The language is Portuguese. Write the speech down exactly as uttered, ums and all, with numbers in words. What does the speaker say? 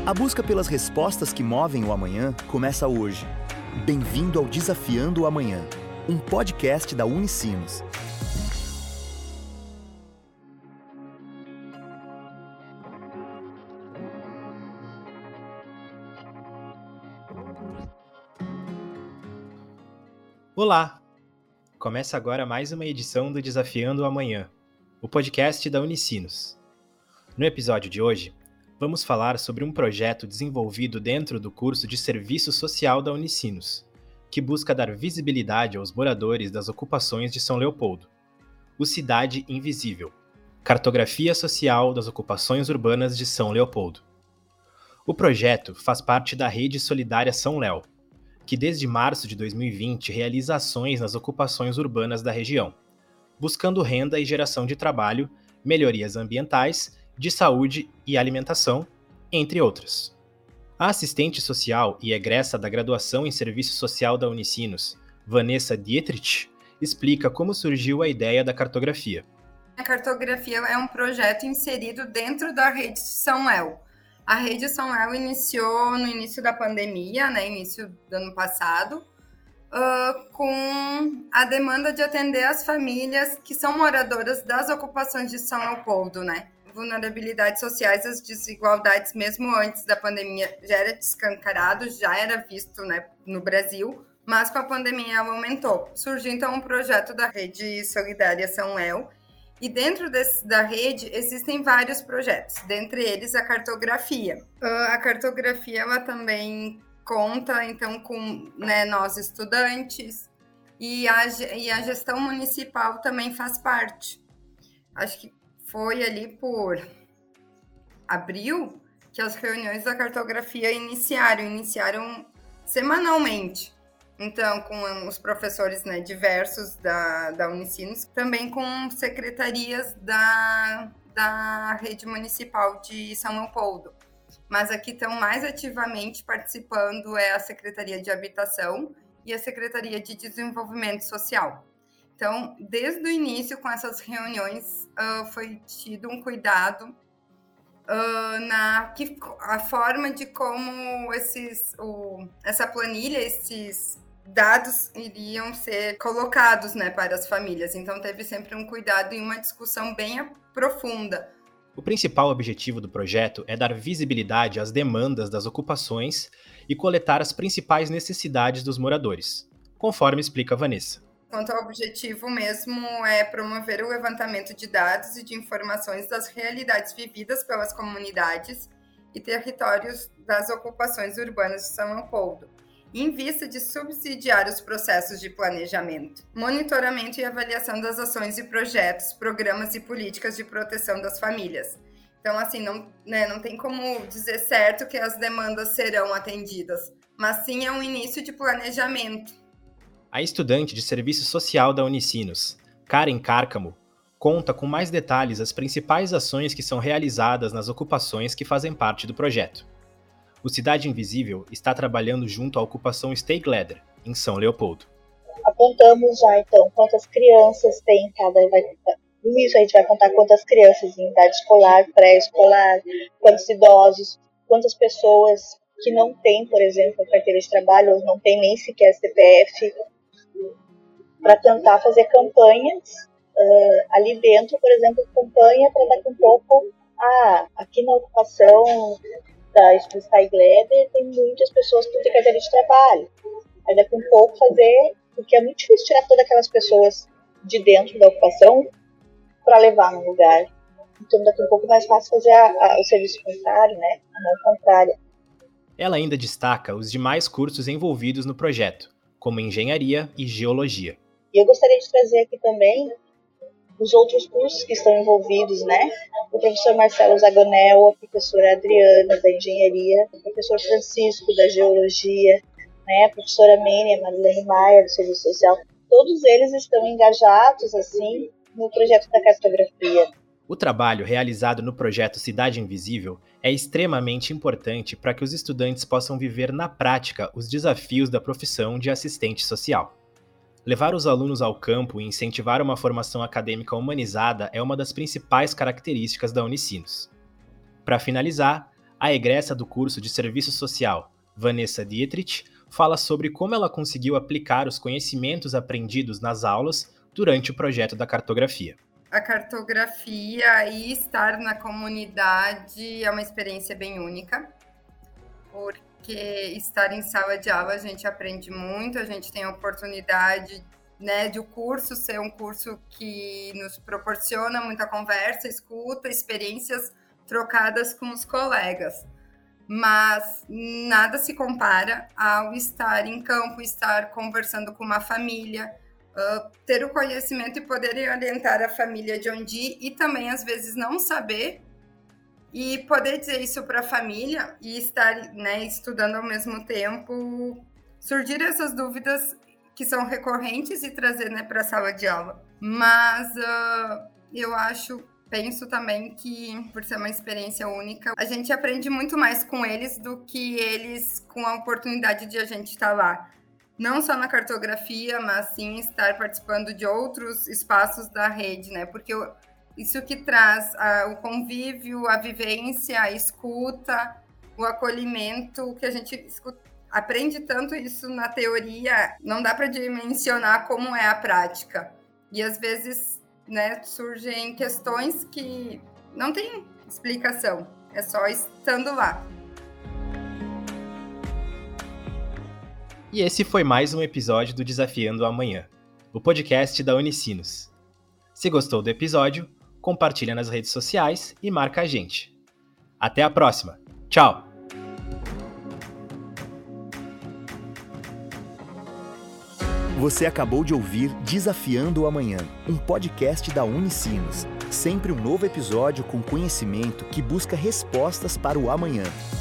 A busca pelas respostas que movem o amanhã começa hoje. Bem-vindo ao Desafiando o Amanhã, um podcast da Unicinos. Olá! Começa agora mais uma edição do Desafiando o Amanhã, o podcast da Unicinos. No episódio de hoje, vamos falar sobre um projeto desenvolvido dentro do curso de Serviço Social da Unicinos, que busca dar visibilidade aos moradores das ocupações de São Leopoldo. O Cidade Invisível, Cartografia Social das Ocupações Urbanas de São Leopoldo. O projeto faz parte da Rede Solidária São Léo, que desde março de dois mil e vinte realiza ações nas ocupações urbanas da região, buscando renda e geração de trabalho, melhorias ambientais, de saúde e alimentação, entre outras. A assistente social e egressa da graduação em Serviço Social da Unicinos, Vanessa Dietrich, explica como surgiu a ideia da cartografia. A cartografia é um projeto inserido dentro da Rede São Léo. A Rede São Léo iniciou no início da pandemia, né, início do ano passado, uh, com a demanda de atender as famílias que são moradoras das ocupações de São Leopoldo, né? Vulnerabilidades sociais, as desigualdades, mesmo antes da pandemia, já era escancarado, já era visto, né, no Brasil, mas com a pandemia ela aumentou. Surgiu então um projeto da Rede Solidária São Léo, e dentro desse, da rede existem vários projetos, dentre eles a cartografia. Uh, a cartografia ela também conta então com, né, nós estudantes, e a, e a gestão municipal também faz parte. Acho que foi ali por abril que as reuniões da cartografia iniciaram, iniciaram semanalmente. Então, com os professores, né, diversos da, da Unicinos, também com secretarias da, da rede municipal de São Leopoldo. Mas aqui estão mais ativamente participando é a Secretaria de Habitação e a Secretaria de Desenvolvimento Social. Então, desde o início, com essas reuniões, uh, foi tido um cuidado uh, na que, a forma de como esses, o, essa planilha, esses dados iriam ser colocados, né, para as famílias. Então, teve sempre um cuidado e uma discussão bem profunda. O principal objetivo do projeto é dar visibilidade às demandas das ocupações e coletar as principais necessidades dos moradores, conforme explica Vanessa. Quanto ao objetivo mesmo é promover o levantamento de dados e de informações das realidades vividas pelas comunidades e territórios das ocupações urbanas de São Leopoldo, em vista de subsidiar os processos de planejamento, monitoramento e avaliação das ações e projetos, programas e políticas de proteção das famílias. Então, assim, não, né, não tem como dizer certo que as demandas serão atendidas, mas sim é um início de planejamento. A estudante de Serviço Social da Unicinos, Karen Cárcamo, conta com mais detalhes as principais ações que são realizadas nas ocupações que fazem parte do projeto. O Cidade Invisível está trabalhando junto à ocupação Stay Gleder, em São Leopoldo. Apontamos já, então, quantas crianças tem em cada... Nisso a gente vai contar quantas crianças em idade escolar, pré-escolar, quantos idosos, quantas pessoas que não têm, por exemplo, carteira de trabalho, ou não têm nem sequer C P F, para tentar fazer campanhas uh, ali dentro, por exemplo, campanha para daqui um pouco, ah, aqui na ocupação da Stay Gleder tem muitas pessoas que têm carteira de trabalho. Aí daqui um pouco fazer, porque é muito difícil tirar todas aquelas pessoas de dentro da ocupação para levar no lugar. Então daqui um pouco é mais fácil fazer a, a, o serviço contrário, né? A mão contrária. Ela ainda destaca os demais cursos envolvidos no projeto, como engenharia e geologia. E eu gostaria de trazer aqui também os outros cursos que estão envolvidos, né? O professor Marcelo Zagonel, a professora Adriana, da engenharia, o professor Francisco, da geologia, né? A professora Mênia, Marilene Maia, do Serviço Social. Todos eles estão engajados, assim, no projeto da cartografia. O trabalho realizado no projeto Cidade Invisível é extremamente importante para que os estudantes possam viver na prática os desafios da profissão de assistente social. Levar os alunos ao campo e incentivar uma formação acadêmica humanizada é uma das principais características da Unicinos. Para finalizar, a A egressa do curso de Serviço Social, Vanessa Dietrich, fala sobre como ela conseguiu aplicar os conhecimentos aprendidos nas aulas durante o projeto da cartografia. A cartografia e estar na comunidade é uma experiência bem única, porque estar em sala de aula a gente aprende muito, a gente tem a oportunidade, né, de o curso ser um curso que nos proporciona muita conversa, escuta, experiências trocadas com os colegas. Mas nada se compara ao estar em campo, estar conversando com uma família, uh, ter o conhecimento e poder orientar a família de onde ir e também, às vezes, não saber e poder dizer isso para a família e estar, né, estudando ao mesmo tempo, surgir essas dúvidas que são recorrentes e trazer, né, para a sala de aula. Mas uh, eu acho... Penso também que, por ser uma experiência única, a gente aprende muito mais com eles do que eles com a oportunidade de a gente estar lá. Não só na cartografia, mas sim estar participando de outros espaços da rede, né? Porque isso que traz a, o convívio, a vivência, a escuta, o acolhimento, que a gente escuta, aprende tanto isso na teoria, não dá para dimensionar como é a prática. E às vezes... né, surgem questões que não tem explicação, é só estando lá. E esse foi mais um episódio do Desafiando o Amanhã, o podcast da Unicinos. Se gostou do episódio, compartilha nas redes sociais e marca a gente. Até a próxima. Tchau! Você acabou de ouvir Desafiando o Amanhã, um podcast da Unicinos. Sempre um novo episódio com conhecimento que busca respostas para o amanhã.